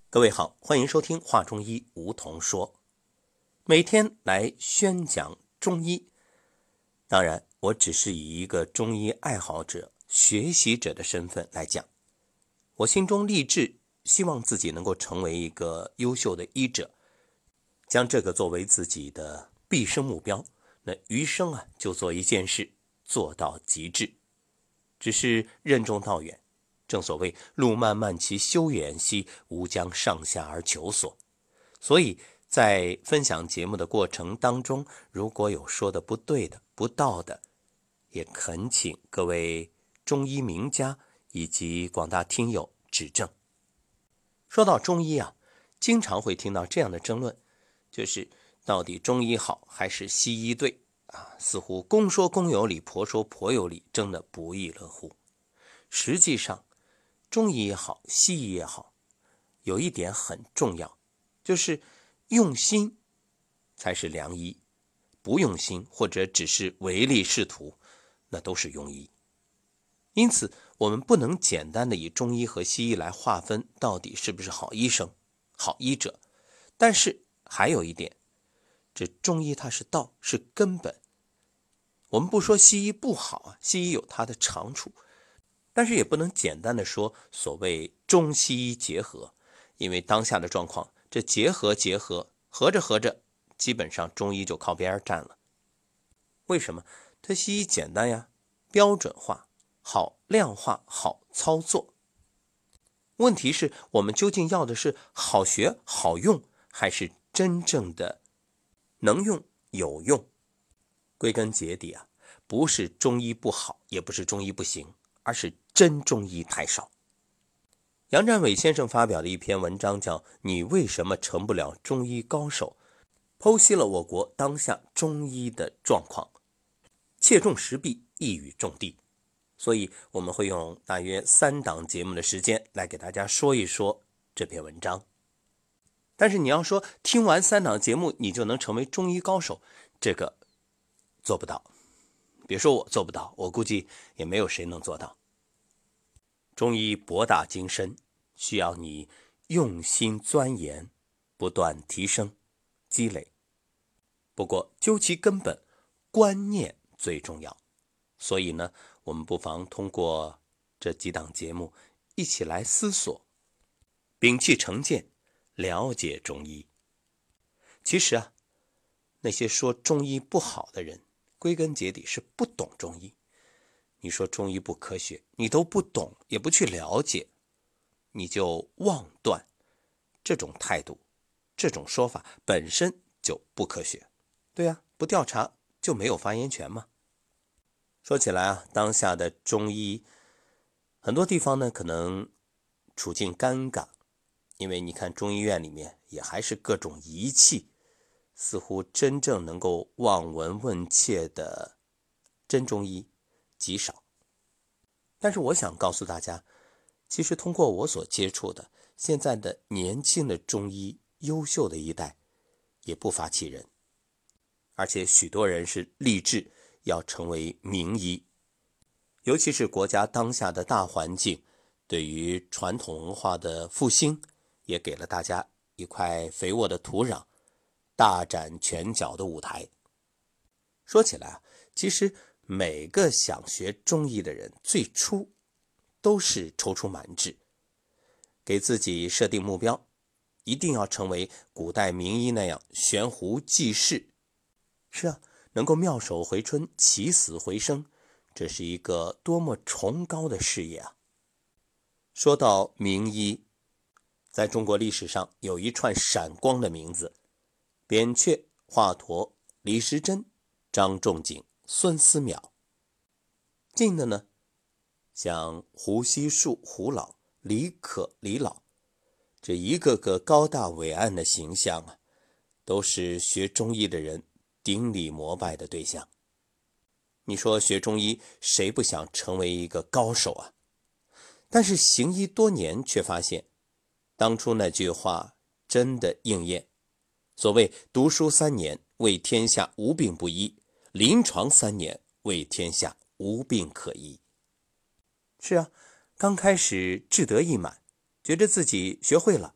各位好，欢迎收听话中医梧桐说，每天来宣讲中医。当然，我只是以一个中医爱好者、学习者的身份来讲。我心中立志，希望自己能够成为一个优秀的医者，将这个作为自己的毕生目标。那余生就做一件事，做到极致。只是任重道远。正所谓路漫漫其修远兮，吾将上下而求索。所以在分享节目的过程当中，如果有说的不对的、不到的，也恳请各位中医名家以及广大听友指正。说到中医经常会听到这样的争论，就是到底中医好还是西医对似乎公说公有理，婆说婆有理，争得不亦乐乎。实际上中医也好，西医也好，有一点很重要，就是用心才是良医，不用心或者只是唯利是图，那都是庸医。因此我们不能简单的以中医和西医来划分到底是不是好医生、好医者。但是还有一点，这中医它是道，是根本。我们不说西医不好西医有它的长处，但是也不能简单的说所谓中西医结合，因为当下的状况，这结合合着合着，基本上中医就靠边站了。为什么？它西医简单标准化，好量化，好操作。问题是我们究竟要的是好学好用，还是真正的能用有用？归根结底不是中医不好，也不是中医不行，而是真中医太少。杨占伟先生发表的一篇文章叫《你为什么成不了中医高手》，剖析了我国当下中医的状况，切中时弊，一语中的。所以我们会用大约3档节目的时间来给大家说一说这篇文章。但是你要说听完3档节目你就能成为中医高手，这个做不到。别说我做不到，我估计也没有谁能做到。中医博大精深，需要你用心钻研，不断提升积累。不过究其根本，观念最重要。所以呢，我们不妨通过这几档节目一起来思索，摒弃成见，了解中医。其实那些说中医不好的人，归根结底是不懂中医。你说中医不科学，你都不懂，也不去了解，你就妄断，这种态度，这种说法本身就不科学。对不调查就没有发言权吗？说起来当下的中医很多地方呢可能处境尴尬，因为你看中医院里面也还是各种仪器，似乎真正能够望闻问切的真中医极少。但是我想告诉大家，其实通过我所接触的现在的年轻的中医优秀的一代也不乏其人，而且许多人是立志要成为名医。尤其是国家当下的大环境，对于传统文化的复兴也给了大家一块肥沃的土壤，大展拳脚的舞台。说起来其实每个想学中医的人最初都是踌躇满志，给自己设定目标，一定要成为古代名医那样悬壶济世。是能够妙手回春，起死回生，这是一个多么崇高的事业说到名医，在中国历史上有一串闪光的名字：扁鹊、华佗、李时珍、张仲景、孙思邈。近的呢，像胡锡树、胡老、李可、李老，这一个个高大伟岸的形象都是学中医的人顶礼膜拜的对象。你说学中医谁不想成为一个高手但是行医多年却发现，当初那句话真的应验。所谓读书3年为天下无病不医，临床3年为天下无病可医。是刚开始志得意满，觉得自己学会了，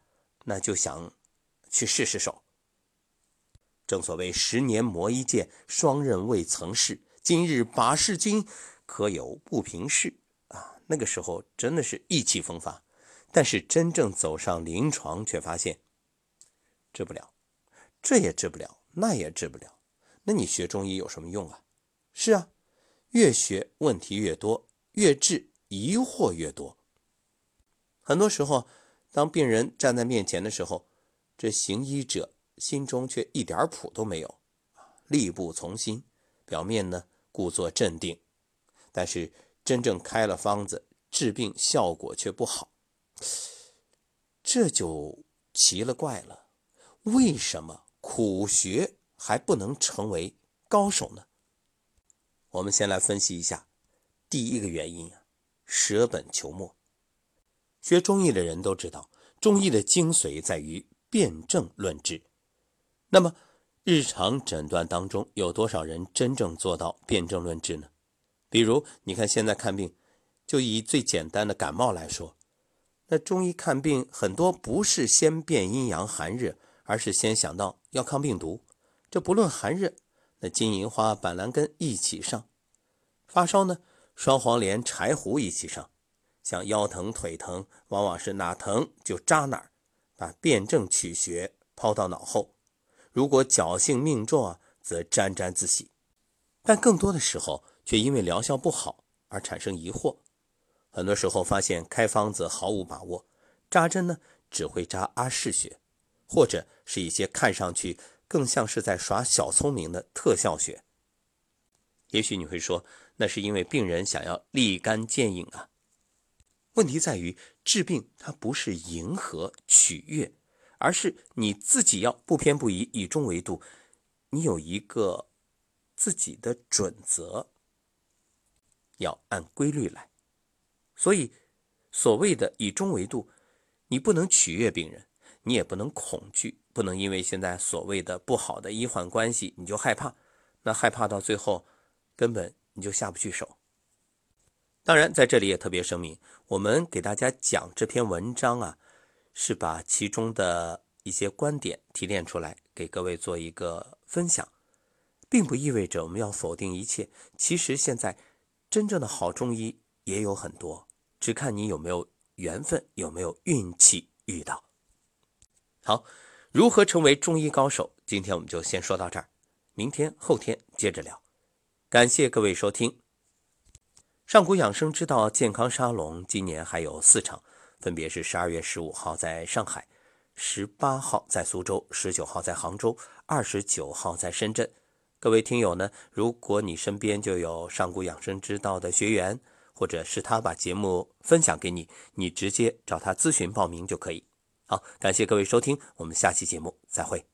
那就想去试试手。正所谓10年磨一剑，双刃未曾试，今日把式君，可有不平事啊？那个时候真的是意气风发，但是真正走上临床，却发现治不了，这也治不了，那也治不了。那你学中医有什么用啊？是啊，越学问题越多，越治疑惑越多。很多时候，当病人站在面前的时候，这行医者心中却一点谱都没有，力不从心，表面呢故作镇定，但是真正开了方子治病效果却不好，这就奇了怪了。为什么苦学还不能成为高手呢？我们先来分析一下第一个原因啊，舍本求末。学中医的人都知道，中医的精髓在于辨证论治。那么日常诊断当中有多少人真正做到辨证论治呢？比如你看现在看病，就以最简单的感冒来说，那中医看病很多不是先辨阴阳寒热，而是先想到要抗病毒。这不论寒热，那金银花、板蓝根一起上；发烧呢，双黄连、柴胡一起上。像腰疼腿疼，往往是哪疼就扎哪儿，把辨证取穴抛到脑后。如果侥幸命中啊，则沾沾自喜。但更多的时候却因为疗效不好而产生疑惑。很多时候发现开方子毫无把握，扎针呢只会扎阿是穴，或者是一些看上去更像是在耍小聪明的特效穴。也许你会说，那是因为病人想要立竿见影啊。问题在于治病它不是迎合取悦，而是你自己要不偏不倚，以中为度，你有一个自己的准则，要按规律来。所以所谓的以中为度，你不能取悦病人，你也不能恐惧，不能因为现在所谓的不好的医患关系你就害怕，那害怕到最后根本你就下不去手。当然在这里也特别声明，我们给大家讲这篇文章啊，是把其中的一些观点提炼出来给各位做一个分享，并不意味着我们要否定一切。其实现在真正的好中医也有很多，只看你有没有缘分，有没有运气遇到。好，如何成为中医高手，今天我们就先说到这儿，明天后天接着聊。感谢各位收听。上古养生之道健康沙龙今年还有4场，分别是12月15号在上海，18号在苏州，19号在杭州，29号在深圳。各位听友呢，如果你身边就有上古养生之道的学员，或者是他把节目分享给你，你直接找他咨询报名就可以。好，感谢各位收听，我们下期节目再会。